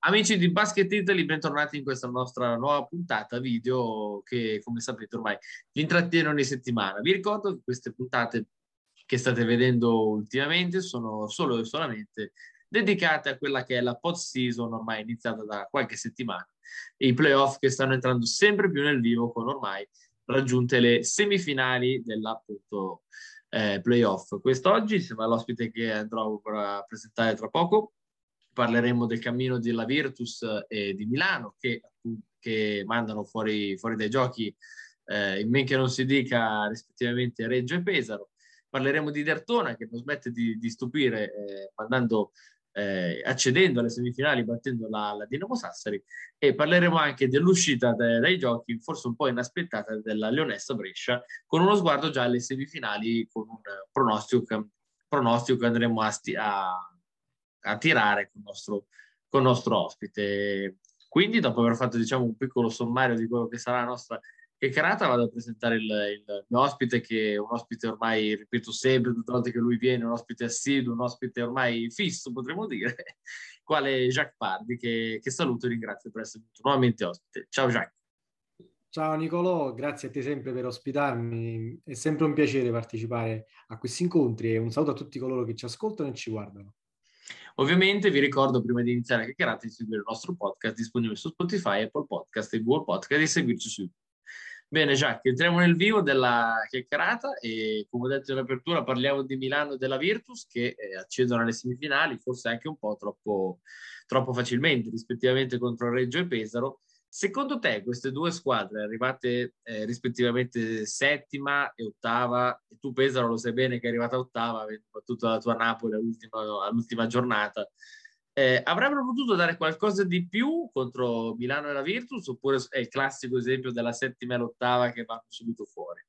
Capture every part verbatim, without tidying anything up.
Amici di Basket Italy, bentornati in questa nostra nuova puntata video che, come sapete, ormai vi intrattiene ogni settimana. Vi ricordo che queste puntate che state vedendo ultimamente sono solo e solamente dedicate a quella che è la post-season ormai iniziata da qualche settimana e i playoff che stanno entrando sempre più nel vivo con ormai raggiunte le semifinali dell'appunto eh, playoff. Quest'oggi, insieme all'ospite che andrò a presentare tra poco, parleremo del cammino della Virtus e di Milano che, che mandano fuori, fuori dai giochi eh, in men che non si dica rispettivamente Reggio e Pesaro. Parleremo di Dertona che non smette di, di stupire eh, mandando, eh, accedendo alle semifinali battendo la, la Dinamo Sassari, e parleremo anche dell'uscita dai, dai giochi forse un po' inaspettata della Leonessa Brescia, con uno sguardo già alle semifinali, con un pronostico, pronostico che andremo a, sti- a a tirare con il nostro, con il nostro ospite. Quindi, dopo aver fatto diciamo, un piccolo sommario di quello che sarà la nostra chiacchierata, vado a presentare il, il mio ospite, che è un ospite ormai, ripeto sempre, tutte le volte che lui viene, un ospite assiduo, un ospite ormai fisso, potremmo dire, quale Jacques Pardi, che, che saluto e ringrazio per essere venuto nuovamente ospite. Ciao Jacques. Ciao Nicolò, grazie a te sempre per ospitarmi. È sempre un piacere partecipare a questi incontri e un saluto a tutti coloro che ci ascoltano e ci guardano. Ovviamente vi ricordo, prima di iniziare a chiacchierare, di seguire il nostro podcast disponibile su Spotify, Apple Podcast e Google Podcast, e seguirci su YouTube. Bene, Jacques, entriamo nel vivo della chiacchierata e, come ho detto in apertura, parliamo di Milano e della Virtus che eh, accedono alle semifinali, forse anche un po' troppo, troppo facilmente, rispettivamente contro Reggio e Pesaro. Secondo te queste due squadre arrivate eh, rispettivamente settima e ottava, e tu Pesaro lo sai bene che è arrivata ottava, avendo battuto la tua Napoli all'ultima, all'ultima giornata, eh, avrebbero potuto dare qualcosa di più contro Milano e la Virtus, oppure è il classico esempio della settima e l'ottava che vanno subito fuori?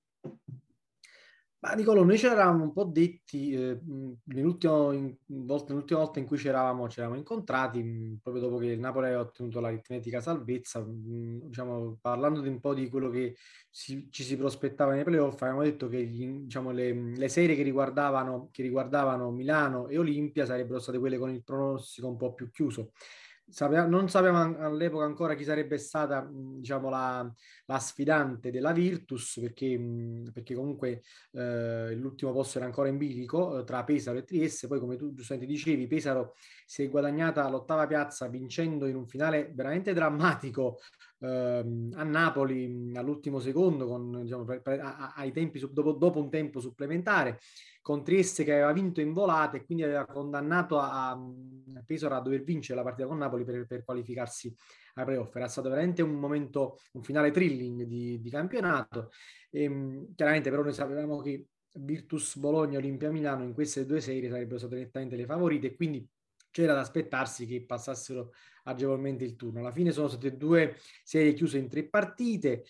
Ma Nicolò, noi ci eravamo un po' detti eh, mh, nell'ultimo in- volta, l'ultima volta in cui ci eravamo, ci eravamo incontrati, mh, proprio dopo che il Napoli aveva ottenuto l'aritmetica salvezza, mh, diciamo, parlando di un po' di quello che si- ci si prospettava nei playoff, avevamo detto che gli- diciamo, le, le serie che riguardavano, che riguardavano Milano e Olimpia sarebbero state quelle con il pronostico un po' più chiuso. Sapeva- non sapevamo all'epoca ancora chi sarebbe stata, mh, diciamo, la, la sfidante della Virtus, perché, mh, perché comunque eh, l'ultimo posto era ancora in bilico eh, tra Pesaro e Trieste. Poi, come tu giustamente dicevi, Pesaro si è guadagnata l'ottava piazza vincendo in un finale veramente drammatico ehm, a Napoli mh, all'ultimo secondo, con, diciamo, pre- pre- a- a- ai tempi su- dopo, dopo un tempo supplementare, con Trieste che aveva vinto in volata e quindi aveva condannato a, a Pesaro a dover vincere la partita con Napoli per, per qualificarsi ai playoff. Era stato veramente un momento, un finale thrilling di, di campionato. E, chiaramente però noi sapevamo che Virtus Bologna e Olimpia Milano in queste due serie sarebbero state nettamente le favorite e quindi c'era da aspettarsi che passassero agevolmente il turno. Alla fine sono state due serie chiuse in tre partite.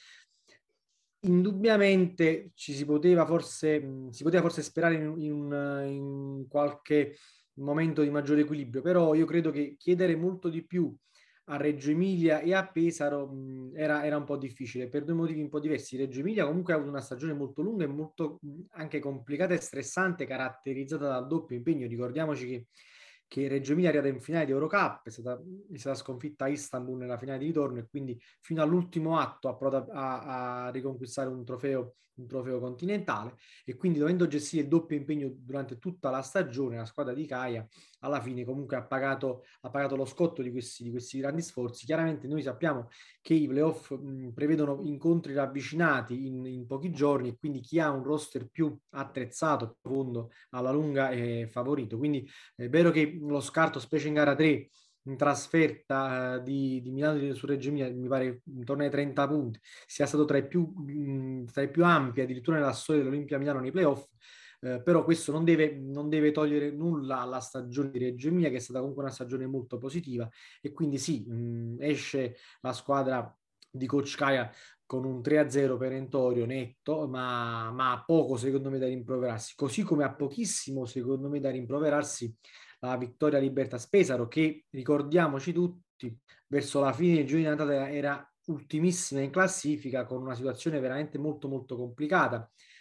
Indubbiamente ci si poteva forse, mh, si poteva forse sperare in, in, un- in qualche momento di maggiore equilibrio, però io credo che chiedere molto di più a Reggio Emilia e a Pesaro mh, era, era un po' difficile per due motivi un po' diversi. Reggio Emilia comunque ha avuto una stagione molto lunga e molto mh, anche complicata e stressante, caratterizzata dal doppio impegno. Ricordiamoci che che Reggio Emilia è arrivata in finale di Eurocup, è stata, è stata sconfitta a Istanbul nella finale di ritorno e quindi fino all'ultimo atto ha provato a, a riconquistare un trofeo, un trofeo continentale, e quindi dovendo gestire il doppio impegno durante tutta la stagione, la squadra di Caia alla fine comunque ha pagato, ha pagato lo scotto di questi, di questi grandi sforzi. Chiaramente noi sappiamo che i playoff mh, prevedono incontri ravvicinati in, in pochi giorni e quindi chi ha un roster più attrezzato, profondo, alla lunga è favorito. Quindi è vero che lo scarto, specie in gara tre, in trasferta eh, di, di Milano su Reggio Emilia, mi pare intorno ai trenta punti, sia stato tra i più, mh, tra i più ampi addirittura nella storia dell'Olimpia Milano nei playoff. Eh, però questo non deve, non deve togliere nulla alla stagione di Reggio Emilia, che è stata comunque una stagione molto positiva, e quindi sì, mh, esce la squadra di Coach Caia con un tre a zero perentorio netto, ma, ma a poco secondo me da rimproverarsi, così come a pochissimo secondo me da rimproverarsi la vittoria Libertas Pesaro, che ricordiamoci tutti, verso la fine di giugno di Natale era ultimissima in classifica con una situazione veramente molto molto complicata.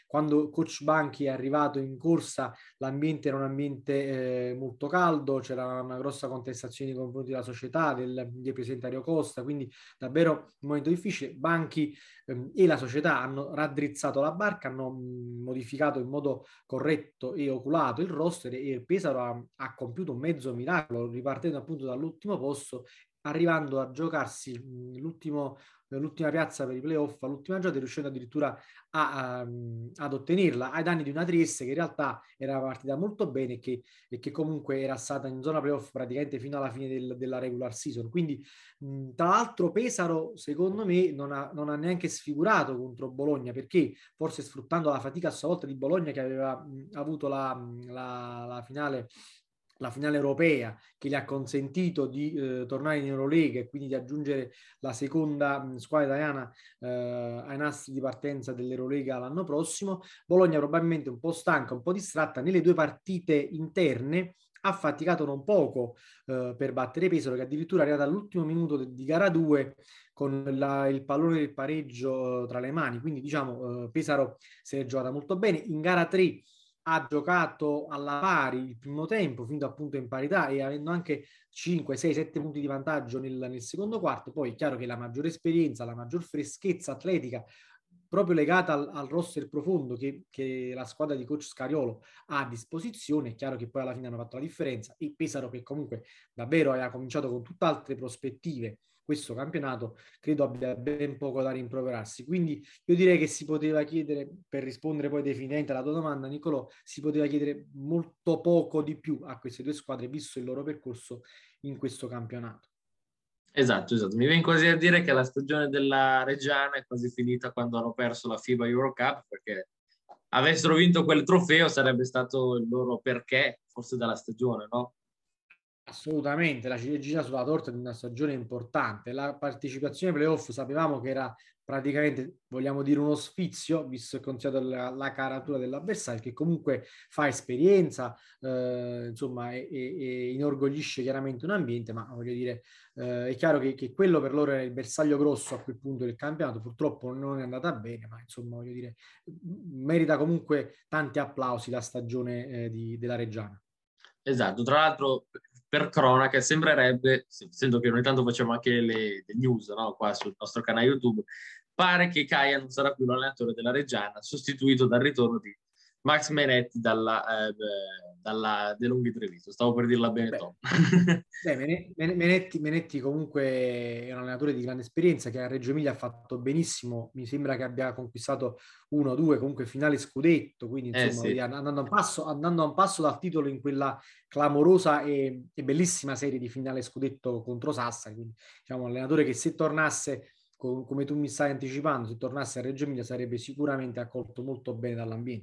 quando coach Banchi è arrivato in corsa l'ambiente era un ambiente eh, molto caldo, c'era una grossa contestazione nei confronti della società, del, del presidente Ario Costa, quindi davvero un momento difficile. Banchi ehm, e la società hanno raddrizzato la barca, hanno mh, modificato in modo corretto e oculato il roster e il Pesaro ha, ha compiuto un mezzo miracolo, ripartendo appunto dall'ultimo posto, arrivando a giocarsi mh, l'ultimo l'ultima piazza per i playoff all'ultima giornata e riuscendo addirittura a, a, ad ottenerla ai danni di una Trieste che in realtà era partita molto bene e che, e che comunque era stata in zona playoff praticamente fino alla fine del, della regular season. Quindi mh, tra l'altro Pesaro secondo me non ha, non ha neanche sfigurato contro Bologna, perché forse sfruttando la fatica a sua volta di Bologna che aveva mh, avuto la, la, la finale la finale europea che gli ha consentito di eh, tornare in Eurolega e quindi di aggiungere la seconda mh, squadra italiana eh, ai nastri di partenza dell'Eurolega l'anno prossimo. Bologna probabilmente un po' stanca, un po' distratta nelle due partite interne, ha faticato non poco eh, per battere Pesaro, che addirittura è arrivata all'ultimo minuto di gara due con la, il pallone del pareggio eh, tra le mani, quindi diciamo eh, Pesaro si è giocata molto bene. In gara tre ha giocato alla pari il primo tempo, finito appunto in parità e avendo anche cinque, sei, sette punti di vantaggio nel, nel secondo quarto. Poi è chiaro che la maggiore esperienza, la maggior freschezza atletica, proprio legata al, al roster profondo che, che la squadra di coach Scariolo ha a disposizione, è chiaro che poi alla fine hanno fatto la differenza e Pesaro che comunque davvero aveva cominciato con tutt'altre prospettive questo campionato, credo abbia ben poco da rimproverarsi. Quindi io direi che si poteva chiedere, per rispondere poi definitivamente alla tua domanda, Nicolò, si poteva chiedere molto poco di più a queste due squadre, visto il loro percorso in questo campionato. Esatto, esatto. Mi viene quasi a dire che la stagione della Reggiana è quasi finita quando hanno perso la FIBA Eurocup, perché avessero vinto quel trofeo sarebbe stato il loro perché, forse della stagione, no? Assolutamente, la ciliegina sulla torta di una stagione importante. La partecipazione ai playoff sapevamo che era praticamente, vogliamo dire, uno sfizio, visto e considerato la, la caratura dell'avversario, che comunque fa esperienza, eh, insomma, e, e, e inorgoglisce chiaramente un ambiente, ma voglio dire, eh, è chiaro che, che quello per loro era il bersaglio grosso a quel punto del campionato. Purtroppo non è andata bene, ma insomma, voglio dire, merita comunque tanti applausi la stagione eh, di, della Reggiana. Esatto, tra l'altro per cronaca sembrerebbe, essendo che ogni tanto facciamo anche le, le news, no? Qua sul nostro canale YouTube, pare che Caia non sarà più l'allenatore della Reggiana, sostituito dal ritorno di Max Menetti dalla, eh, dalla De Lunghi Treviso. Stavo per dirla bene, Beh, Tom. beh, Menetti, Menetti comunque è un allenatore di grande esperienza che a Reggio Emilia ha fatto benissimo, mi sembra che abbia conquistato uno o due comunque finale scudetto, quindi Eh insomma sì, andando a un passo, andando a un passo dal titolo in quella clamorosa e, e bellissima serie di finale scudetto contro Sassari, quindi diciamo un allenatore che se tornasse, come tu mi stai anticipando, se tornasse a Reggio Emilia sarebbe sicuramente accolto molto bene dall'ambiente.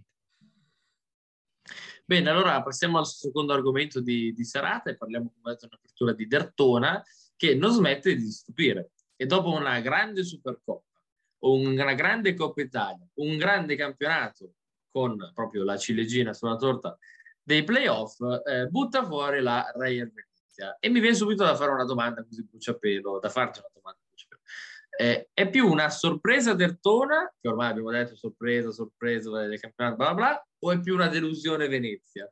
bene, allora passiamo al secondo argomento di, di serata e parliamo come detto un'apertura di Dertona che non smette di stupire. E dopo una grande Supercoppa, una grande Coppa Italia, un grande campionato con proprio la ciliegina sulla torta dei playoff, eh, butta fuori la Real Venezia. E mi viene subito da fare una domanda così bruciapelo, da farti una domanda bruciapelo. Eh, è più una sorpresa Dertona, che ormai abbiamo detto sorpresa, sorpresa del campionato, bla bla bla, o è più una delusione Venezia?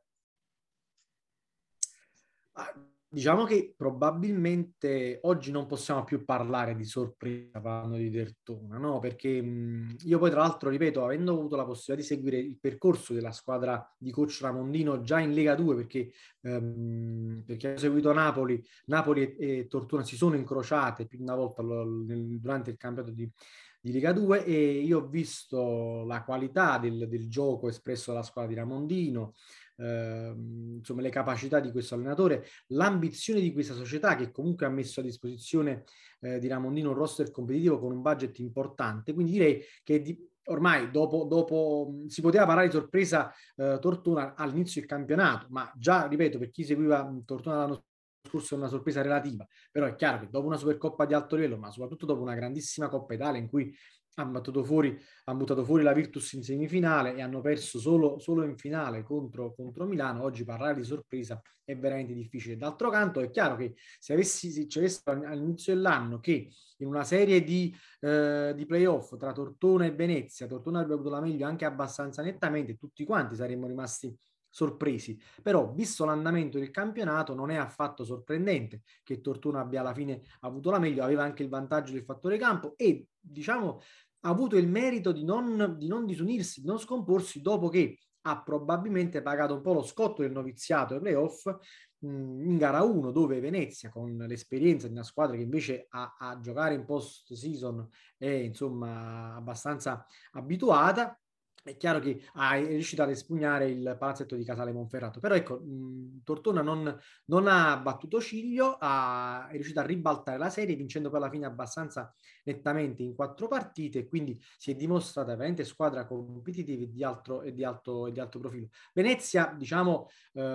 Diciamo che probabilmente oggi non possiamo più parlare di sorpresa parlando di Dertona, no? Perché mh, io poi tra l'altro, ripeto, avendo avuto la possibilità di seguire il percorso della squadra di coach Ramondino già in Lega due, perché, ehm, perché ho seguito Napoli, Napoli e, e Tortona si sono incrociate più di una volta lo, nel, durante il campionato di, di Lega due e io ho visto la qualità del, del gioco espresso dalla squadra di Ramondino, ehm, insomma le capacità di questo allenatore, l'ambizione di questa società che comunque ha messo a disposizione eh, di Ramondino un roster competitivo con un budget importante, quindi direi che di, ormai dopo, dopo si poteva parlare di sorpresa eh, Tortona all'inizio del campionato, ma già, ripeto, per chi seguiva Tortona l'anno scorso è una sorpresa relativa, però è chiaro che dopo una Supercoppa di alto livello, ma soprattutto dopo una grandissima Coppa Italia in cui hanno battuto fuori, hanno buttato fuori la Virtus in semifinale e hanno perso solo, solo in finale contro, contro Milano. Oggi parlare di sorpresa è veramente difficile. D'altro canto è chiaro che se avessi, se ci avessero all'inizio dell'anno che in una serie di, eh, di playoff tra Tortona e Venezia, Tortona avrebbe avuto la meglio anche abbastanza nettamente, tutti quanti saremmo rimasti sorpresi. Però, visto l'andamento del campionato, non è affatto sorprendente che Tortona abbia alla fine avuto la meglio, aveva anche il vantaggio del fattore campo e, diciamo, ha avuto il merito di non, di non disunirsi, di non scomporsi dopo che ha probabilmente pagato un po' lo scotto del noviziato ai playoff mh, in gara uno, dove Venezia, con l'esperienza di una squadra che invece a, a giocare in post season è insomma abbastanza abituata, è chiaro che è riuscito ad espugnare il palazzetto di Casale Monferrato. Però ecco, mh, Tortona non, non ha battuto ciglio, ha, è riuscito a ribaltare la serie vincendo per la fine abbastanza nettamente in quattro partite e quindi si è dimostrata veramente squadra competitiva e di alto, e di alto, e di alto profilo. Venezia, diciamo,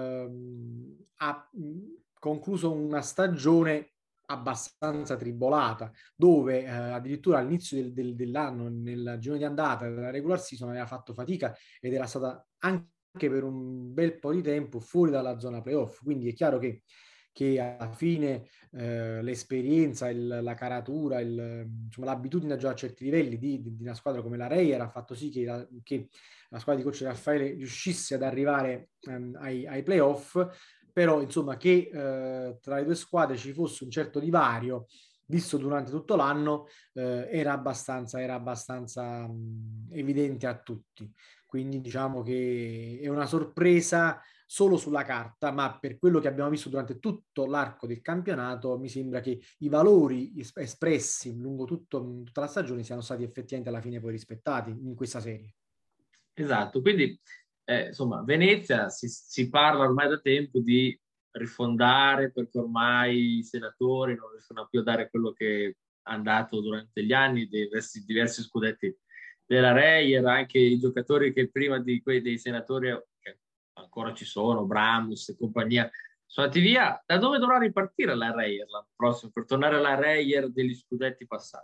ehm, ha mh, concluso una stagione abbastanza tribolata, dove eh, addirittura all'inizio del, del, dell'anno, nel girone di andata della regular season, aveva fatto fatica ed era stata anche per un bel po' di tempo fuori dalla zona playoff. Quindi è chiaro che, che alla fine eh, l'esperienza, il, la caratura, il, insomma, l'abitudine a giocare a certi livelli di, di, di una squadra come la Reyer ha fatto sì che la, che la squadra di coach Raffaele riuscisse ad arrivare ehm, ai, ai playoff. Però insomma che eh, tra le due squadre ci fosse un certo divario visto durante tutto l'anno eh, era abbastanza, era abbastanza mh, evidente a tutti. Quindi diciamo che è una sorpresa solo sulla carta, ma per quello che abbiamo visto durante tutto l'arco del campionato mi sembra che i valori espressi lungo tutto, tutta la stagione siano stati effettivamente alla fine poi rispettati in questa serie. Esatto, quindi eh, insomma, Venezia si, si parla ormai da tempo di rifondare perché ormai i senatori non riescono più a dare quello che hanno dato durante gli anni, diversi, diversi scudetti della Reyer, anche i giocatori che prima di quei dei senatori, che ancora ci sono, Bramus e compagnia, sono andati via. Da dove dovrà ripartire la Reyer l'anno prossimo per tornare alla Reyer degli scudetti passati?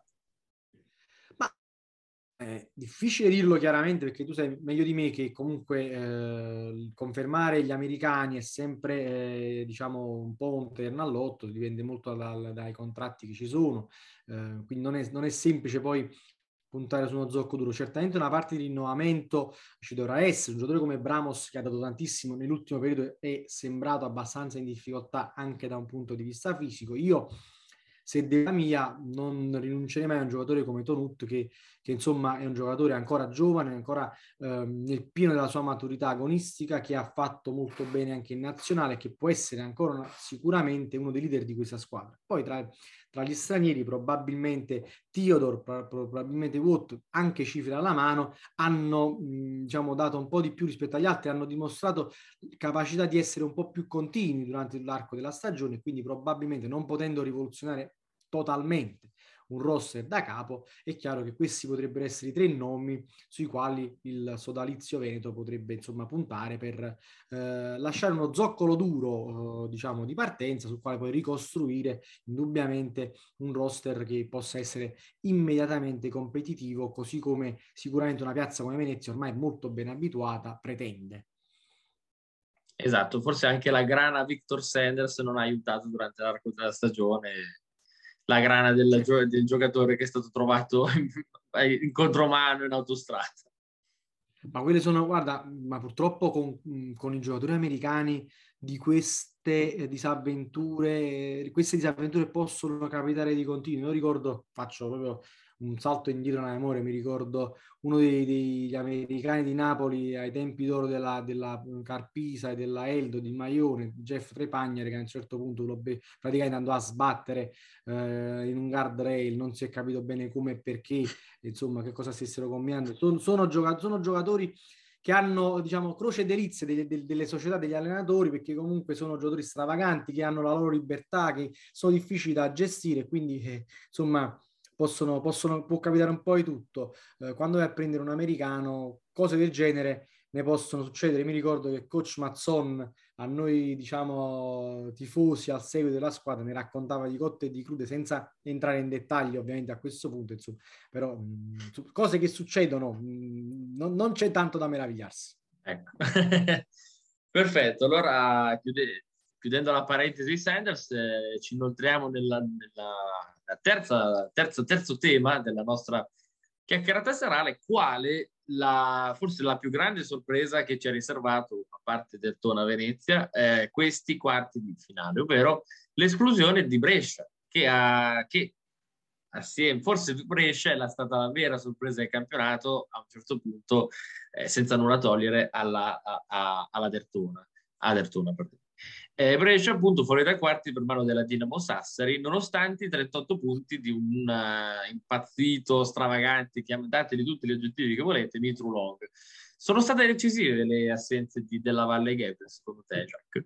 È difficile dirlo chiaramente perché tu sai meglio di me che comunque eh, confermare gli americani è sempre eh, diciamo un po' un terno all'otto, dipende molto dal, dai contratti che ci sono, eh, quindi non è, non è semplice poi puntare su uno zocco duro. Certamente una parte di rinnovamento ci dovrà essere. Un giocatore come Bramos che ha dato tantissimo nell'ultimo periodo è sembrato abbastanza in difficoltà anche da un punto di vista fisico. Io se della mia non rinuncerei mai a un giocatore come Tonut che, che insomma è un giocatore ancora giovane, ancora ehm, nel pieno della sua maturità agonistica, che ha fatto molto bene anche in nazionale, che può essere ancora una, sicuramente uno dei leader di questa squadra. Poi tra, tra gli stranieri probabilmente Theodore, probabilmente Watt, anche cifre alla mano, hanno mh, diciamo dato un po' di più rispetto agli altri, hanno dimostrato capacità di essere un po' più continui durante l'arco della stagione, quindi probabilmente non potendo rivoluzionare totalmente un roster da capo, è chiaro che questi potrebbero essere i tre nomi sui quali il sodalizio veneto potrebbe insomma puntare per eh, lasciare uno zoccolo duro eh, diciamo di partenza sul quale poi ricostruire indubbiamente un roster che possa essere immediatamente competitivo, così come sicuramente una piazza come Venezia ormai molto ben abituata pretende. Esatto, forse anche la grana Victor Sanders non ha aiutato durante l'arco della stagione, la grana del, gio- del giocatore che è stato trovato in, in contromano in autostrada. Ma quelle sono, guarda, ma purtroppo con, con i giocatori americani di queste eh, disavventure, queste disavventure possono capitare di continuo. Io ricordo, faccio proprio un salto indietro nella memoria, mi ricordo uno dei, degli americani di Napoli ai tempi d'oro della, della Carpisa e della Eldo di Maione, Jeff Trepagnere, che a un certo punto lo be- praticamente andò a sbattere eh, in un guardrail, non si è capito bene come e perché, insomma, che cosa stessero combinando. Sono, sono, gioca- sono giocatori che hanno, diciamo, croce e delizie delle, delle, delle società, degli allenatori, perché comunque sono giocatori stravaganti, che hanno la loro libertà, che sono difficili da gestire, quindi, eh, insomma, possono, possono, può capitare un po' di tutto. Eh, quando vai a prendere un americano, cose del genere ne possono succedere. Mi ricordo che coach Mazzon a noi, diciamo, tifosi al seguito della squadra ne raccontava di cotte e di crude, senza entrare in dettagli ovviamente a questo punto, insomma, però mh, cose che succedono, mh, non, non c'è tanto da meravigliarsi. Ecco. Perfetto, allora chiude, chiudendo la parentesi Sanders, eh, ci inoltriamo nella, nella terza, terzo, terzo tema della nostra chiacchierata serale, quale la, forse la più grande sorpresa che ci ha riservato, a parte del Tona Venezia, eh, questi quarti di finale, ovvero l'esclusione di Brescia, che, ha, che assieme, forse Brescia è stata la vera sorpresa del campionato a un certo punto, eh, senza nulla togliere alla, a, a, alla Dertona. A Dertona eh, Brescia appunto fuori dai quarti per mano della Dinamo Sassari, nonostante i trentotto punti di un uh, impazzito, stravagante, dateli tutti gli aggettivi che volete, Mitru Long. Sono state decisive le assenze di, della Valle Ghebel, secondo te, Jack?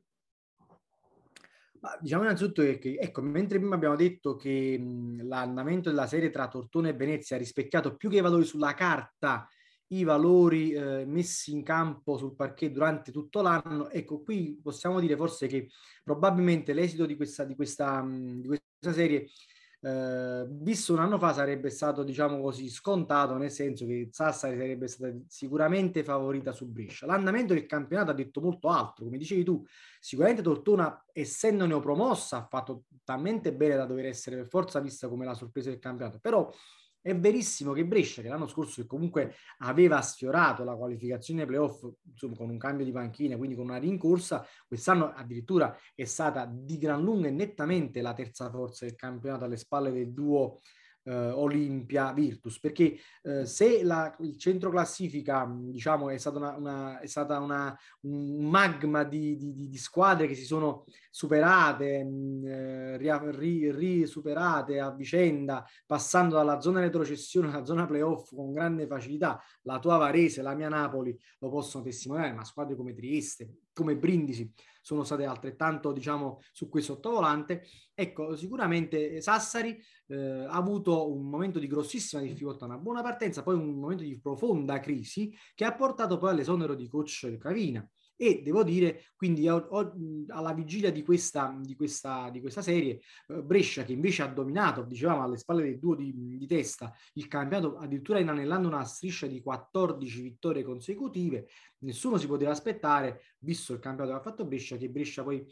Ma diciamo innanzitutto che, ecco, mentre prima abbiamo detto che mh, l'andamento della serie tra Tortona e Venezia ha rispecchiato più che i valori sulla carta, i valori eh, messi in campo sul parquet durante tutto l'anno, ecco, qui possiamo dire forse che probabilmente l'esito di questa, di questa, mh, di questa serie eh, visto un anno fa sarebbe stato, diciamo così, scontato, nel senso che Sassari sarebbe stata sicuramente favorita su Brescia. L'andamento del campionato ha detto molto altro, come dicevi tu, sicuramente Tortona, essendo neopromossa, ha fatto talmente bene da dover essere per forza vista come la sorpresa del campionato, però è verissimo che Brescia, che l'anno scorso comunque aveva sfiorato la qualificazione ai playoff, insomma, con un cambio di panchina, quindi con una rincorsa, quest'anno addirittura è stata di gran lunga e nettamente la terza forza del campionato alle spalle del duo eh, Olimpia-Virtus, perché eh, se la, il centro classifica, diciamo, è stata, una, una, è stata una, un magma di, di, di, squadre che si sono superate, mh, ri, risuperate a vicenda, passando dalla zona retrocessione alla zona playoff con grande facilità. La tua Varese, la mia Napoli lo possono testimoniare, ma squadre come Trieste, come Brindisi sono state altrettanto, diciamo, su questo sottovolante. Ecco, sicuramente Sassari eh, ha avuto un momento di grossissima difficoltà, una buona partenza, poi un momento di profonda crisi che ha portato poi all'esonero di coach Cavina. E devo dire, quindi ho, ho, alla vigilia di questa, di questa, di questa serie, eh, Brescia, che invece ha dominato, dicevamo, alle spalle del duo di, di testa il campionato, addirittura inanellando una striscia di quattordici vittorie consecutive, nessuno si poteva aspettare, visto il campionato che ha fatto Brescia, che Brescia poi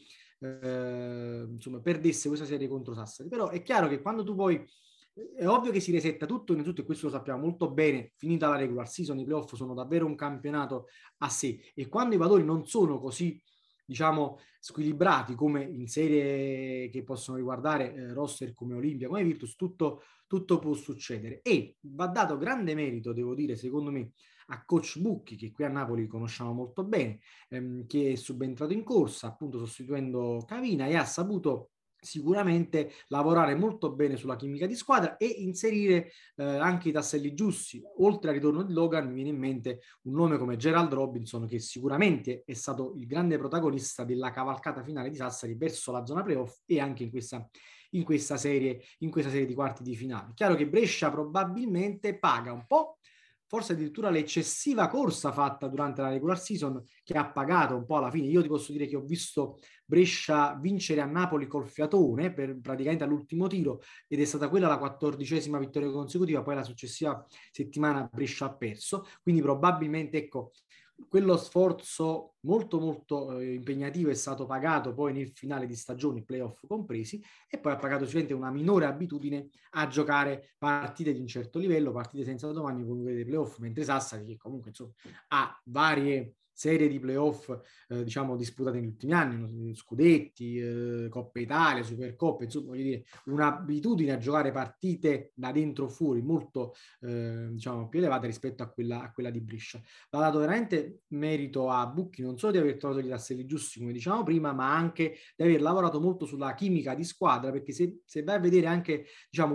eh, insomma, perdesse questa serie contro Sassari. Però è chiaro che quando tu poi è ovvio che si resetta tutto, innanzitutto, e questo lo sappiamo molto bene, finita la regular season, i playoff sono davvero un campionato a sé, e quando i valori non sono così, diciamo, squilibrati come in serie che possono riguardare eh, roster come Olimpia, come Virtus, tutto, tutto può succedere. E va dato grande merito, devo dire, secondo me, a coach Bucchi, che qui a Napoli conosciamo molto bene, ehm, che è subentrato in corsa, appunto sostituendo Cavina, e ha saputo sicuramente lavorare molto bene sulla chimica di squadra e inserire eh, anche i tasselli giusti. Oltre al ritorno di Logan mi viene in mente un nome come Gerald Robinson, che sicuramente è stato il grande protagonista della cavalcata finale di Sassari verso la zona playoff e anche in questa, in questa serie, in questa serie di quarti di finale. Chiaro che Brescia probabilmente paga un po', forse addirittura l'eccessiva corsa fatta durante la regular season, che ha pagato un po' alla fine. Io ti posso dire che ho visto Brescia vincere a Napoli col fiatone per praticamente all'ultimo tiro, ed è stata quella la quattordicesima vittoria consecutiva. Poi la successiva settimana Brescia ha perso, quindi probabilmente, ecco, quello sforzo molto molto eh, impegnativo è stato pagato poi nel finale di stagione, playoff compresi, e poi ha pagato sicuramente una minore abitudine a giocare partite di un certo livello, partite senza domani come dei playoff, mentre Sassari, che comunque insomma ha varie serie di playoff eh, diciamo disputate negli ultimi anni, scudetti, eh, Coppa Italia, Supercoppe, insomma, voglio dire, un'abitudine a giocare partite da dentro fuori molto eh, diciamo più elevata rispetto a quella, a quella di Brescia. Va dato veramente merito a Bucchi non solo di aver trovato i tasselli giusti, come dicevamo prima, ma anche di aver lavorato molto sulla chimica di squadra, perché se, se vai a vedere anche, diciamo,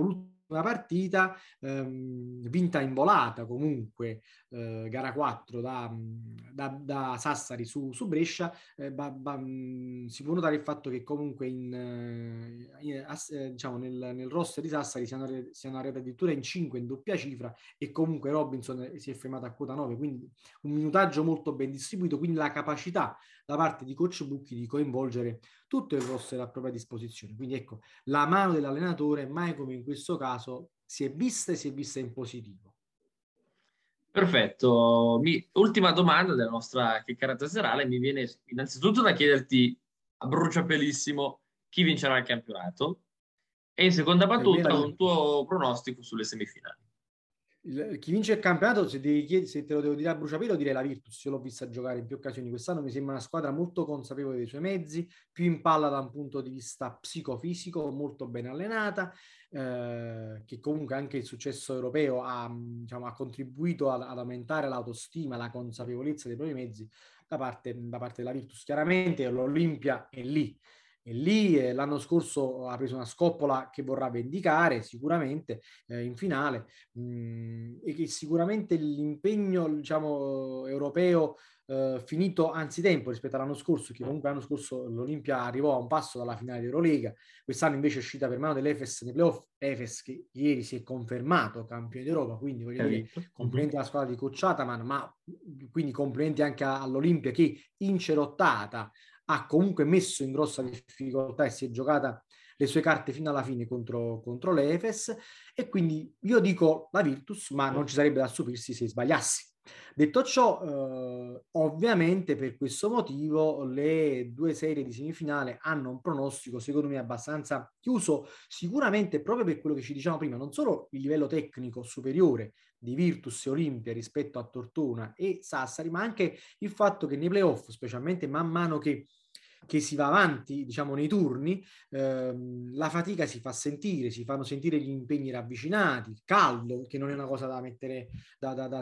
partita ehm, vinta in volata comunque, eh, gara quattro da, da, da Sassari su, su Brescia, eh, ba, ba, mh, si può notare il fatto che comunque in, eh, in, ass, eh, diciamo nel, nel roster di Sassari siano, siano arrivati addirittura in cinque in doppia cifra, e comunque Robinson si è fermato a quota nove, quindi un minutaggio molto ben distribuito, quindi la capacità da parte di Coach Bucchi di coinvolgere tutto il roster a propria disposizione. Quindi ecco, la mano dell'allenatore mai come in questo caso si è vista e si è vista in positivo. Perfetto. Mi- ultima domanda della nostra chiacchierata serale. Mi viene innanzitutto da chiederti a bruciapelissimo chi vincerà il campionato e in seconda Per me battuta la, un tuo pronostico sulle semifinali. il, chi vince il campionato, se, devi chied- se te lo devo dire a bruciapelo, direi la Virtus. Io l'ho vista giocare in più occasioni quest'anno, mi sembra una squadra molto consapevole dei suoi mezzi, più in palla da un punto di vista psicofisico, molto ben allenata, eh, che comunque anche il successo europeo ha, diciamo, ha contribuito ad, ad aumentare l'autostima, la consapevolezza dei propri mezzi da parte, da parte della Virtus. Chiaramente l'Olimpia è lì. E lì eh, l'anno scorso ha preso una scoppola che vorrà vendicare sicuramente eh, in finale, mh, e che sicuramente l'impegno, diciamo, europeo eh, finito anzitempo rispetto all'anno scorso, che comunque l'anno scorso l'Olimpia arrivò a un passo dalla finale di Eurolega, quest'anno invece è uscita per mano dell'Efes nei playoff, Efes che ieri si è confermato campione d'Europa, quindi voglio dire Capito? Mhm. complimenti alla squadra di Coach Ataman, ma quindi complimenti anche all'Olimpia che incerottata ha comunque messo in grossa difficoltà e si è giocata le sue carte fino alla fine contro, contro l'Efes, e quindi io dico la Virtus, ma non ci sarebbe da stupirsi se sbagliassi. Detto ciò, eh, ovviamente per questo motivo le due serie di semifinale hanno un pronostico secondo me abbastanza chiuso, sicuramente proprio per quello che ci diciamo prima, non solo il livello tecnico superiore di Virtus e Olimpia rispetto a Tortona e Sassari, ma anche il fatto che nei playoff, specialmente man mano che che si va avanti, diciamo, nei turni, ehm, la fatica si fa sentire, si fanno sentire gli impegni ravvicinati, il caldo, che non è una cosa da mettere, da, da, da,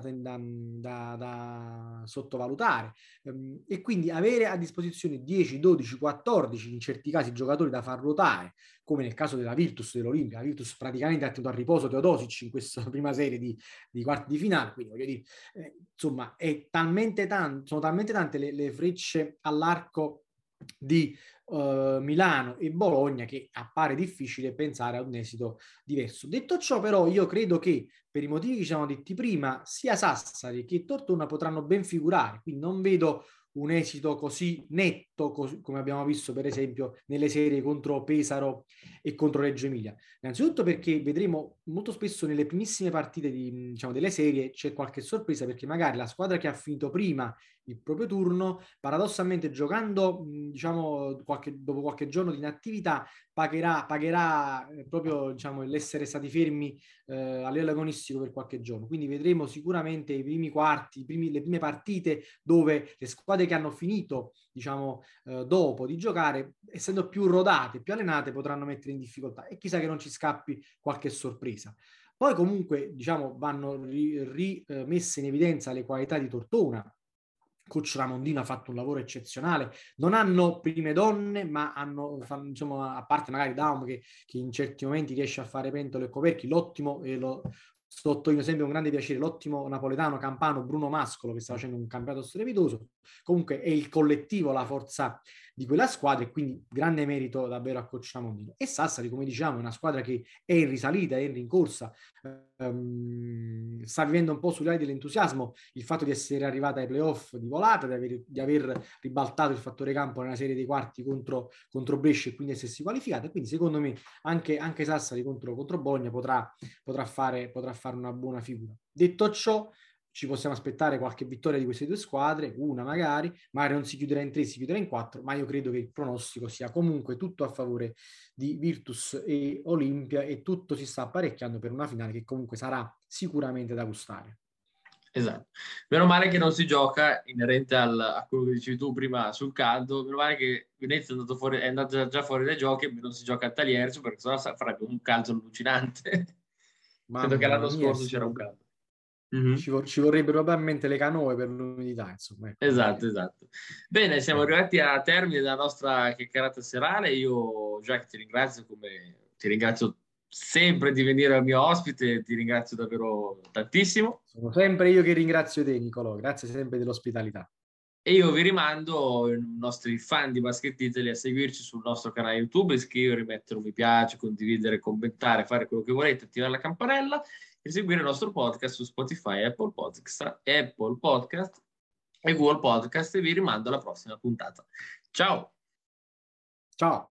da, da sottovalutare. Ehm, e quindi avere a disposizione dieci, dodici, quattordici, in certi casi, giocatori da far ruotare, come nel caso della Virtus dell'Olimpia. La Virtus praticamente ha tenuto a riposo Teodosic in questa prima serie di, di quarti di finale, quindi voglio dire, eh, insomma, è talmente tanto, sono talmente tante le, le frecce all'arco di uh, Milano e Bologna che appare difficile pensare a un esito diverso. Detto ciò, però, io credo che per i motivi che ci siamo detti prima, sia Sassari che Tortona potranno ben figurare, quindi non vedo un esito così netto così, come abbiamo visto per esempio nelle serie contro Pesaro e contro Reggio Emilia. Innanzitutto perché vedremo molto spesso nelle primissime partite di, diciamo, delle serie c'è qualche sorpresa, perché magari la squadra che ha finito prima il proprio turno, paradossalmente giocando diciamo qualche, dopo qualche giorno di inattività pagherà, pagherà eh, proprio diciamo, l'essere stati fermi eh, a livello agonistico per qualche giorno. Quindi vedremo sicuramente i primi quarti, i primi, le prime partite dove le squadre che hanno finito diciamo eh, dopo di giocare, essendo più rodate, più allenate, potranno mettere in difficoltà, e chissà che non ci scappi qualche sorpresa. Poi comunque diciamo vanno rimesse in evidenza le qualità di Tortona. Coach Ramondino ha fatto un lavoro eccezionale. Non hanno prime donne, ma hanno, insomma, a parte magari Daum che, che in certi momenti riesce a fare pentole e coperchi, l'ottimo, e lo sottolineo sempre con grande piacere, l'ottimo napoletano campano Bruno Mascolo che sta facendo un campionato strepitoso. Comunque è il collettivo la forza di quella squadra, e quindi grande merito davvero a Coach Ramondino. E Sassari, come diciamo, è una squadra che è in risalita, è in rincorsa, ehm, sta vivendo un po' sulle ali dell'entusiasmo il fatto di essere arrivata ai playoff di volata, di aver, di aver ribaltato il fattore campo nella serie dei quarti contro, contro Brescia e quindi essersi qualificata. Quindi secondo me anche, anche Sassari contro, contro Bologna potrà, potrà, fare, potrà fare una buona figura. Detto ciò, ci possiamo aspettare qualche vittoria di queste due squadre, una magari, magari non si chiuderà in tre, si chiuderà in quattro, ma io credo che il pronostico sia comunque tutto a favore di Virtus e Olimpia, e tutto si sta apparecchiando per una finale che comunque sarà sicuramente da gustare. Esatto. Meno male che non si gioca, inerente al, a quello che dicevi tu prima sul caldo, meno male che Venezia è andato, fuori, è andato già, già fuori dai giochi e non si gioca a Taliercio, perché sennò farebbe un caldo allucinante. Sento che Mamma l'anno mia, scorso sì, c'era un caldo. Mm-hmm. ci, vor- ci vorrebbero probabilmente le canoe per l'umidità, insomma, ecco, Esatto, magari. esatto. Bene, siamo Bene. arrivati a termine della nostra chiacchierata serale. Io, Jack, ti ringrazio come ti ringrazio sempre di venire al mio ospite, ti ringrazio davvero tantissimo. Sono sempre io che ringrazio te, Nicolò, grazie sempre dell'ospitalità. E io vi rimando, i nostri fan di Basket Italy, a seguirci sul nostro canale YouTube, iscrivervi, mettere un mi piace, condividere, commentare, fare quello che volete, attivare la campanella e seguire il nostro podcast su Spotify, Apple Podcast, Apple Podcast e Google Podcast e vi rimando alla prossima puntata. Ciao! Ciao!